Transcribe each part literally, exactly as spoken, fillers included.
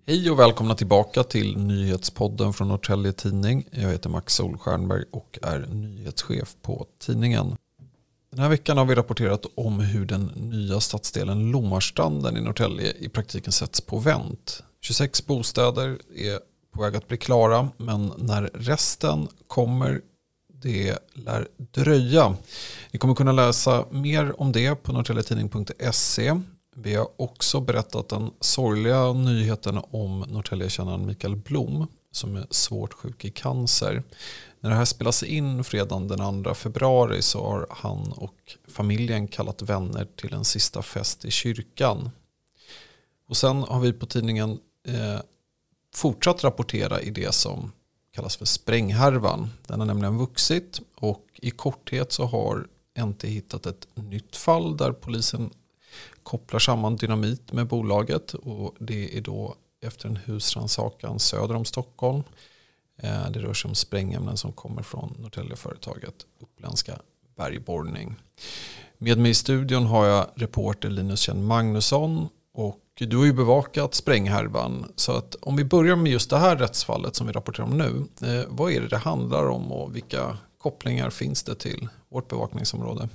Hej och välkomna tillbaka till nyhetspodden från Norrtälje Tidning. Jag heter Max Solstjernberg och är nyhetschef på tidningen. Den här veckan har vi rapporterat om hur den nya stadsdelen Lommarstranden i Norrtälje i praktiken sätts på vänt. tjugosex bostäder är på väg att bli klara, men när resten kommer, det lär dröja. Ni kommer kunna läsa mer om det på norrtäljetidning punkt se. Vi har också berättat den sorgliga nyheten om Norrtäljekännaren Mikael Blom som är svårt sjuk i cancer. När det här spelas in fredagen den andra februari så har han och familjen kallat vänner till en sista fest i kyrkan. Och sen har vi på tidningen eh, fortsatt rapportera i det som kallas för spränghärvan. Den har nämligen vuxit och i korthet så har N T hittat ett nytt fall där polisen kopplar samman dynamit med bolaget, och det är då efter en husrannsakan söder om Stockholm. Det rör sig om sprängämnen som kommer från Norrtäljeföretaget Uppländska bergborrning. Med mig i studion har jag reporter Linus Kjell Magnusson, och du har ju bevakat spränghärvan. Så att om vi börjar med just det här rättsfallet som vi rapporterar om nu. Vad är det det handlar om och vilka kopplingar finns det till vårt bevakningsområde?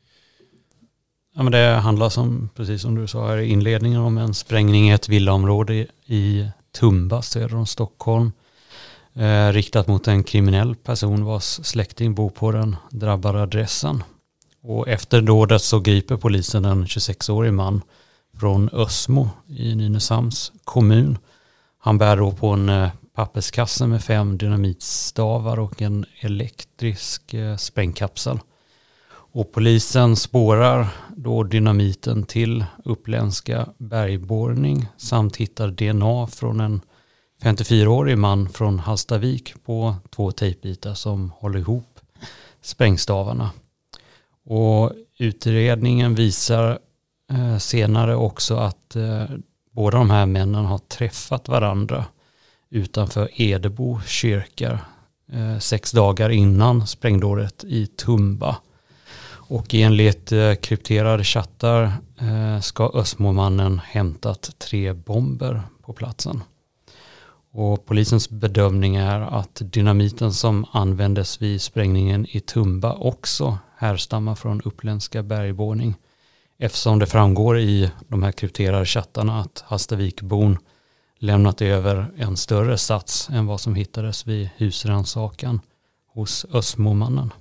Ja, men det handlar som, precis som du sa här i inledningen, om en sprängning i ett villaområde i Tumba söder om Stockholm. Eh, riktat mot en kriminell person vars släkting bor på den drabbade adressen. Och efter dådet så griper polisen en tjugosex-årig man från Ösmo i Nynäshamns kommun. Han bär då på en eh, papperskasse med fem dynamitstavar och en elektrisk eh, sprängkapsel. Och polisen spårar då dynamiten till Uppländska bergborrning samt hittar D N A från en femtiofyraårig man från Hallstavik på två tejpbitar som håller ihop sprängstavarna. Och utredningen visar eh, senare också att eh, båda de här männen har träffat varandra utanför Edebo kyrka eh, sex dagar innan sprängdådet i Tumba. Och enligt eh, krypterade chattar eh, ska Ösmomannen hämtat tre bomber på platsen. Och polisens bedömning är att dynamiten som användes vid sprängningen i Tumba också härstammar från Uppländska bergborrning. Eftersom det framgår i de här krypterade chattarna att Hallstavikbon lämnat över en större sats än vad som hittades vid husrannsakan hos Ösmomannen.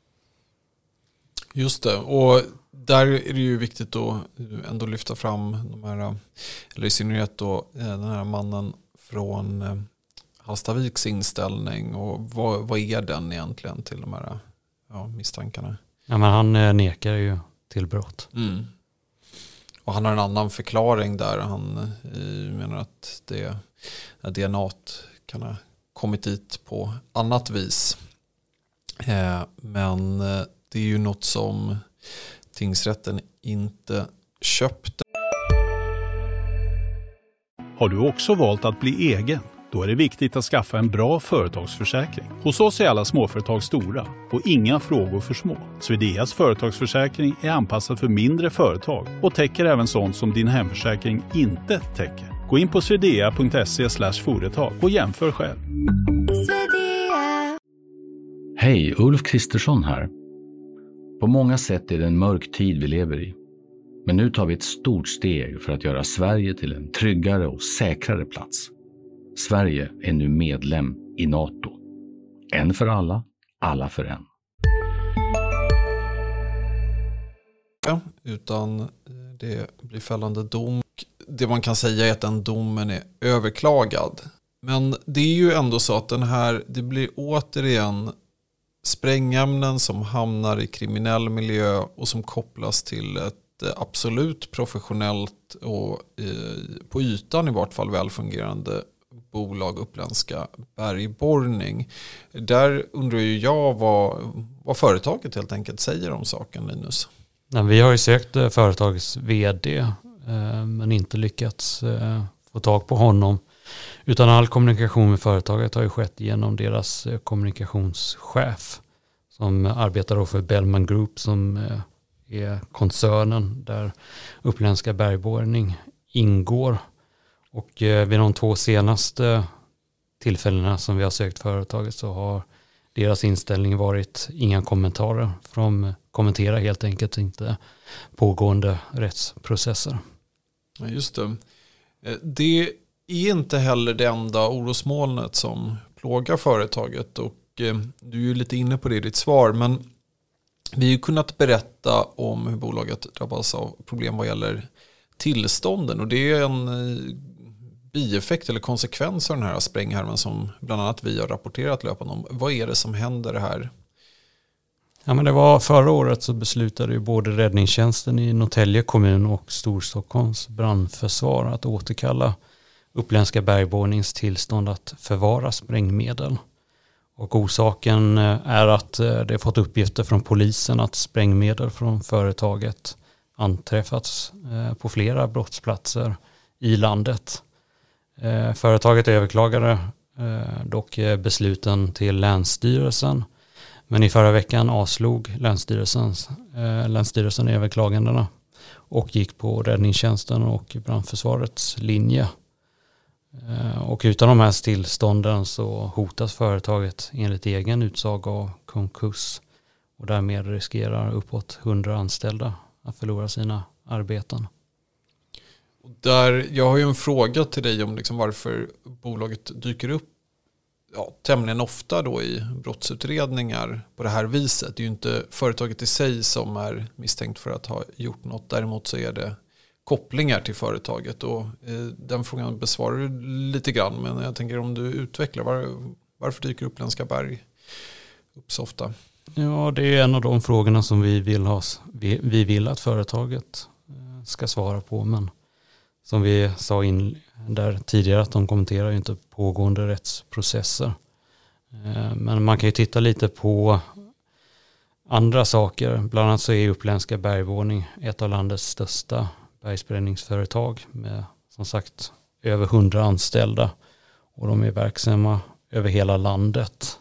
Just det, och där är det ju viktigt att ändå lyfta fram de här, eller i synnerhet då den här mannen från Hallstaviks inställning, och vad, vad är den egentligen till de här ja, misstankarna? Ja, men han nekar ju till brott. Mm. Och han har en annan förklaring där. Han menar att det D N A kan ha kommit dit på annat vis. Eh, men det är ju något som tingsrätten inte köpte. Har du också valt att bli egen? Då är det viktigt att skaffa en bra företagsförsäkring. Hos oss är alla småföretag stora och inga frågor för små. Swedeas företagsförsäkring är anpassad för mindre företag och täcker även sånt som din hemförsäkring inte täcker. Gå in på swedea punkt se slash företag och jämför själv. Hej, Ulf Kristersson här. På många sätt är det en mörk tid vi lever i. Men nu tar vi ett stort steg för att göra Sverige till en tryggare och säkrare plats. Sverige är nu medlem i NATO. En för alla, alla för en. Ja, utan det blir fällande dom. Det man kan säga är att den domen är överklagad. Men det är ju ändå så att den här, det blir återigen sprängämnen som hamnar i kriminell miljö och som kopplas till ett absolut professionellt och eh, på ytan i vart fall välfungerande bolag Uppländska bergborrning. Där undrar ju jag vad, vad företaget helt enkelt säger om saken, Linus. Ja, vi har ju sökt företagets vd eh, men inte lyckats eh, få tag på honom. Utan all kommunikation med företaget har ju skett genom deras eh, kommunikationschef som arbetar då för Bellman Group som eh, är koncernen där Uppländska bergborrning ingår. Och eh, vid de två senaste tillfällena som vi har sökt företaget så har deras inställning varit inga kommentarer. För de kommenterar helt enkelt inte pågående rättsprocesser. Ja, just det. Det är inte heller det enda orosmolnet som plågar företaget, och du är ju lite inne på det i ditt svar, men vi har ju kunnat berätta om hur bolaget drabbas av problem vad gäller tillstånden, och det är en bieffekt eller konsekvens av den här spränghärvan som bland annat vi har rapporterat löpande om. Vad är det som händer här? Ja, men det var förra året så beslutade ju både räddningstjänsten i Norrtälje kommun och Storstockholms brandförsvar att återkalla Uppländska bergborrnings tillstånd att förvara sprängmedel. Och orsaken är att det har fått uppgifter från polisen att sprängmedel från företaget anträffats på flera brottsplatser i landet. Företaget överklagade dock besluten till Länsstyrelsen, men i förra veckan avslog Länsstyrelsen, Länsstyrelsen överklagandena och gick på räddningstjänsten och brandförsvarets linje. Och utan de här tillstånden så hotas företaget enligt egen utsaga av konkurs, och därmed riskerar uppåt hundra anställda att förlora sina arbeten. Där, jag har ju en fråga till dig om liksom varför bolaget dyker upp ja, tämligen ofta då i brottsutredningar på det här viset. Det är ju inte företaget i sig som är misstänkt för att ha gjort något. Däremot så är det kopplingar till företaget, och eh, den frågan besvarar du lite grann, men jag tänker om du utvecklar var, varför dyker Uppländska berg upp så ofta? Ja, det är en av de frågorna som vi vill ha, vi, vi vill att företaget ska svara på, men som vi sa in där tidigare att de kommenterar ju inte pågående rättsprocesser. Men man kan ju titta lite på andra saker. Bland annat så är Uppländska bergborrning ett av landets största bergsbränningsföretag med som sagt över hundra anställda, och de är verksamma över hela landet.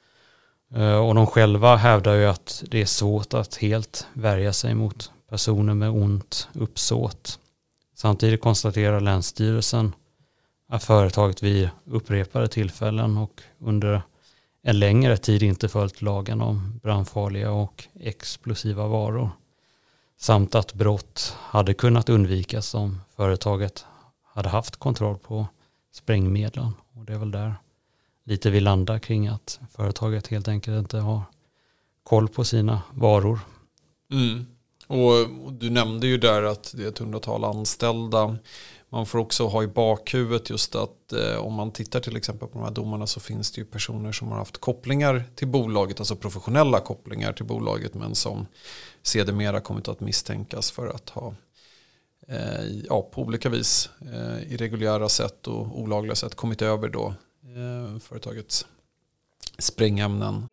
Och de själva hävdar ju att det är svårt att helt värja sig mot personer med ont uppsåt. Samtidigt konstaterar Länsstyrelsen att företaget vid upprepade tillfällen och under en längre tid inte följt lagen om brandfarliga och explosiva varor. Samt att brott hade kunnat undvikas om företaget hade haft kontroll på sprängmedlen. Och det är väl där lite vi landar kring att företaget helt enkelt inte har koll på sina varor. Mm. Och, och du nämnde ju där att det är ett hundratal anställda. Man får också ha i bakhuvudet just att eh, om man tittar till exempel på de här domarna så finns det ju personer som har haft kopplingar till bolaget, alltså professionella kopplingar till bolaget, men som sedermera kommit att misstänkas för att ha eh, ja, på olika vis eh, irreguljära sätt och olagliga sätt kommit över då eh, företagets sprängämnen.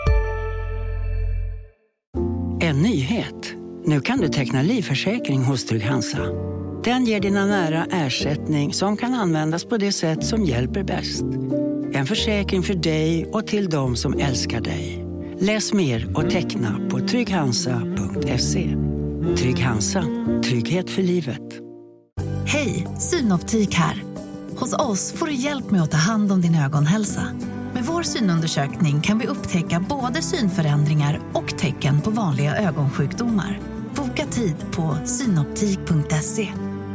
En nyhet. Nu kan du teckna livförsäkring hos Trygg-Hansa. Den ger dina nära ersättning som kan användas på det sätt som hjälper bäst. En försäkring för dig och till de som älskar dig. Läs mer och teckna på trygg hansa punkt se. Trygg-Hansa. Trygghet för livet. Hej, Synoptik här. Hos oss får du hjälp med att ta hand om din ögonhälsa. Med vår synundersökning kan vi upptäcka både synförändringar och tecken på vanliga ögonsjukdomar. Boka tid på synoptik punkt se.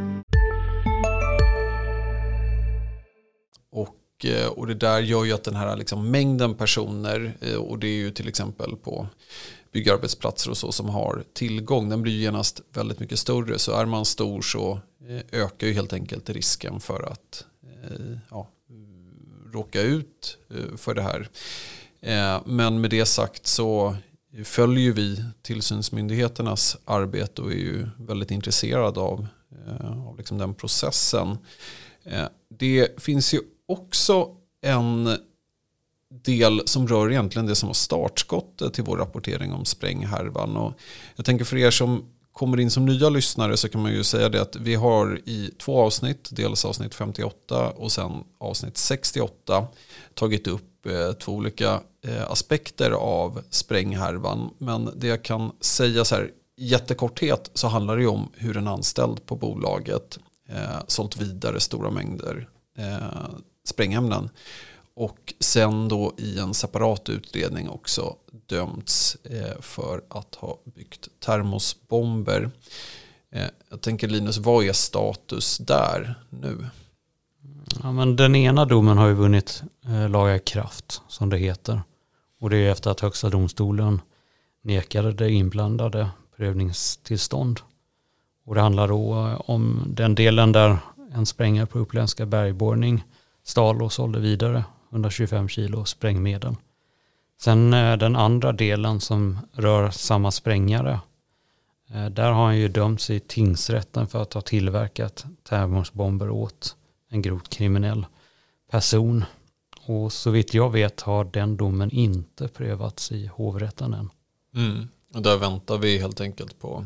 Och, och det där gör ju att den här liksom mängden personer, och det är ju till exempel på byggarbetsplatser och så som har tillgång, den blir ju genast väldigt mycket större. Så är man stor så ökar ju helt enkelt risken för att ja, råka ut för det här. Men med det sagt så följer vi tillsynsmyndigheternas arbete och är ju väldigt intresserade av, av liksom den processen. Det finns ju också en del som rör egentligen det som var startskottet till vår rapportering om spränghärvan. Och jag tänker för er som kommer in som nya lyssnare så kan man ju säga det att vi har i två avsnitt, dels avsnitt femtioåtta och sen avsnitt sextioåtta, tagit upp eh, två olika eh, aspekter av spränghärvan. Men det jag kan säga så här jättekorthet så handlar det ju om hur en anställd på bolaget eh, sålt vidare stora mängder eh, sprängämnen. Och sen då i en separat utredning också dömts eh, för att ha byggt termosbomber. Eh, jag tänker Linus, vad är status där nu? Ja, men den ena domen har ju vunnit eh, laga kraft, som det heter. Och det är efter att Högsta domstolen nekade det inblandade prövningstillstånd. Och det handlar då om den delen där en sprängare på Uppländska bergborrning stal och sålde vidare hundratjugofem kilo sprängmedel. Sen eh, den andra delen som rör samma sprängare, eh, där har han ju dömts i tingsrätten för att ha tillverkat termosbomber åt en grovt kriminell person. Och så vitt jag vet har den domen inte prövats i hovrätten än. Mm. Och där väntar vi helt enkelt på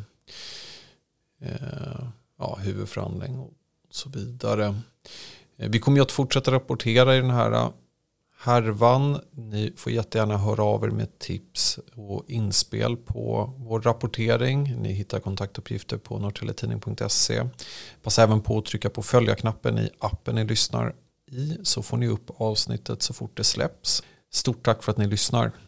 eh, ja, huvudförhandling och så vidare. Eh, vi kommer ju att fortsätta rapportera i den här härvan. Ni får jättegärna höra av er med tips och inspel på vår rapportering. Ni hittar kontaktuppgifter på norrtelletidning punkt se. Passa även på att trycka på följa-knappen i appen ni lyssnar i, så får ni upp avsnittet så fort det släpps. Stort tack för att ni lyssnar.